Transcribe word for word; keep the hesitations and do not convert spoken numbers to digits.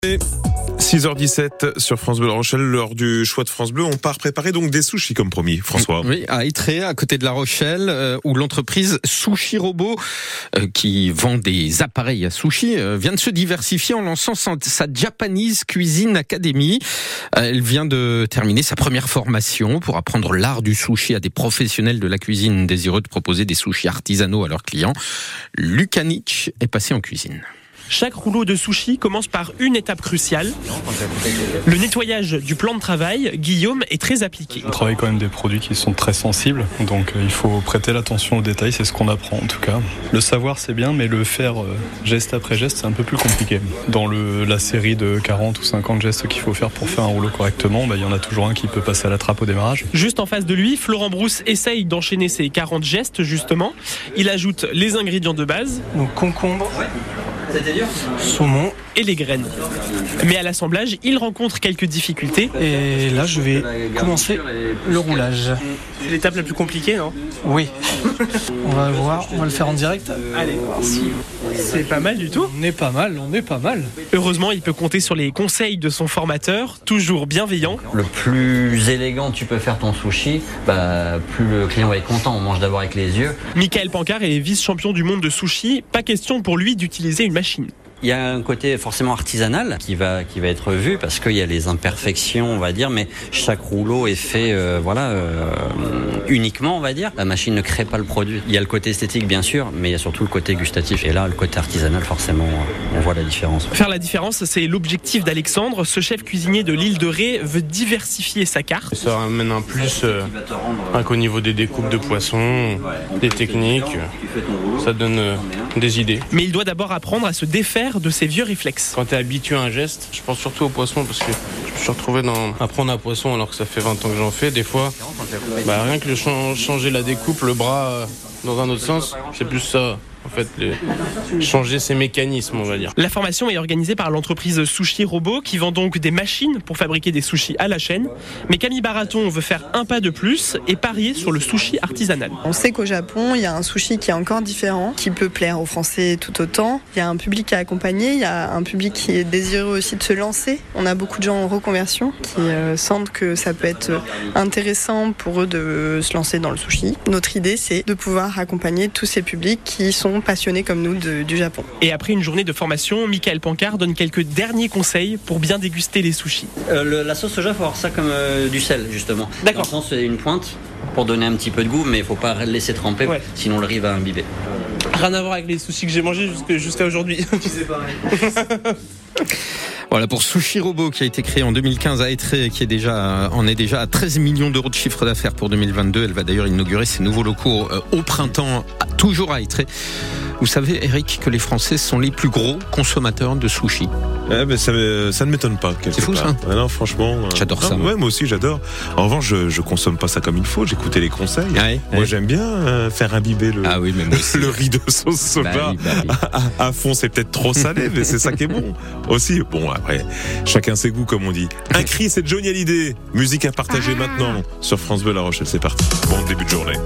Et six heures dix-sept sur France Bleu La Rochelle, l'heure du choix de France Bleu. On part préparer donc des sushis comme promis, François. Oui, à Étré, à côté de La Rochelle, euh, où l'entreprise Sushi Robot, euh, qui vend des appareils à sushi, euh, vient de se diversifier en lançant sa, sa Japanese Cuisine Academy. Euh, elle vient de terminer sa première formation pour apprendre l'art du sushi à des professionnels de la cuisine désireux de proposer des sushis artisanaux à leurs clients. Lucas Nietzsche est passé en cuisine. Chaque rouleau de sushi commence par une étape cruciale. Le nettoyage du plan de travail. Guillaume est très appliqué. On travaille quand même des produits qui sont très sensibles, donc il faut prêter l'attention aux détails, c'est ce qu'on apprend en tout cas. Le savoir c'est bien, mais le faire euh, geste après geste c'est un peu plus compliqué. Dans le, la série de quarante ou cinquante gestes qu'il faut faire pour faire un rouleau correctement, bah, il y en a toujours un qui peut passer à la trappe au démarrage. Juste en face de lui, Florent Brousse essaye d'enchaîner ses quarante gestes justement. Il ajoute les ingrédients de base. Donc concombre, saumon et les graines. Mais à l'assemblage, il rencontre quelques difficultés. et là je vais commencer le roulage. C'est l'étape la plus compliquée, non ? Oui. On va voir, on va le faire en direct. Allez, c'est pas mal du tout. On est pas mal, on est pas mal. Heureusement, il peut compter sur les conseils de son formateur, toujours bienveillant. Le plus élégant tu peux faire ton sushi, bah, plus le client va être content. On mange d'abord avec les yeux. Michael Pancard est vice-champion du monde de sushi. Pas question pour lui d'utiliser une machine. Il y a un côté forcément artisanal qui va qui va être vu parce qu'il y a les imperfections, on va dire, mais chaque rouleau est fait euh, voilà euh, uniquement, on va dire. La machine ne crée pas le produit. Il y a le côté esthétique bien sûr, mais il y a surtout le côté gustatif. Et là, le côté artisanal, forcément, on voit la différence. Faire la différence, c'est l'objectif d'Alexandre. Ce chef cuisinier de l'île de Ré veut diversifier sa carte. Ça ramène un plus euh, qu'au niveau des découpes de poissons, des techniques, ça donne euh, des idées. Mais il doit d'abord apprendre à se défaire de ses vieux réflexes. Quand tu es habitué à un geste, je pense surtout au poisson parce que je me suis retrouvé dans à prendre un poisson alors que ça fait vingt ans que j'en fais. Des fois, bah, rien que le ch- changer la découpe, le bras euh, dans un autre sens, c'est plus ça. En fait, les... changer ses mécanismes, on va dire. La formation est organisée par l'entreprise Sushi Robot qui vend donc des machines pour fabriquer des sushis à la chaîne. Mais Camille Baraton veut faire un pas de plus et parier sur le sushi artisanal. On sait qu'au Japon, il y a un sushi qui est encore différent, qui peut plaire aux Français tout autant. Il y a un public à accompagner, il y a un public qui est désireux aussi de se lancer. On a beaucoup de gens en reconversion qui euh, sentent que ça peut être intéressant pour eux de se lancer dans le sushi. Notre idée, c'est de pouvoir accompagner tous ces publics qui sont passionnés comme nous de, du Japon. Et après une journée de formation, Michael Pancard donne quelques derniers conseils pour bien déguster les sushis. Euh, le, la sauce soja, faut avoir ça comme euh, du sel justement. D'accord. Dans le sens, c'est une pointe pour donner un petit peu de goût, mais il faut pas le laisser tremper, ouais. Sinon le riz va imbiber. Rien à voir avec les sushis que j'ai mangés jusqu'à, jusqu'à aujourd'hui. C'est pareil. Voilà pour Sushi Robot qui a été créé en deux mille quinze à Étré et qui est déjà, en est déjà à treize millions d'euros de chiffre d'affaires pour deux mille vingt-deux. Elle va d'ailleurs inaugurer ses nouveaux locaux au printemps, toujours à Étré. Vous savez, Eric, que les Français sont les plus gros consommateurs de sushi. Ouais, mais ça, ça ne m'étonne pas. C'est fou part. ça. Ouais, non, franchement. J'adore euh, ça. Non, ouais, moi aussi, j'adore. En revanche, je, je consomme pas ça comme il faut. J'écoutais les conseils. Ah ouais, moi, ouais. j'aime bien euh, faire imbiber le, ah oui, mais moi aussi. le riz de sauce soja bah oui, bah oui. à, à fond. C'est peut-être trop salé, mais c'est ça qui est bon aussi. Bon, après, chacun ses goûts, comme on dit. Un cri, c'est Johnny Hallyday. Musique à partager maintenant sur France Bleu La Rochelle. C'est parti. Bon début de journée.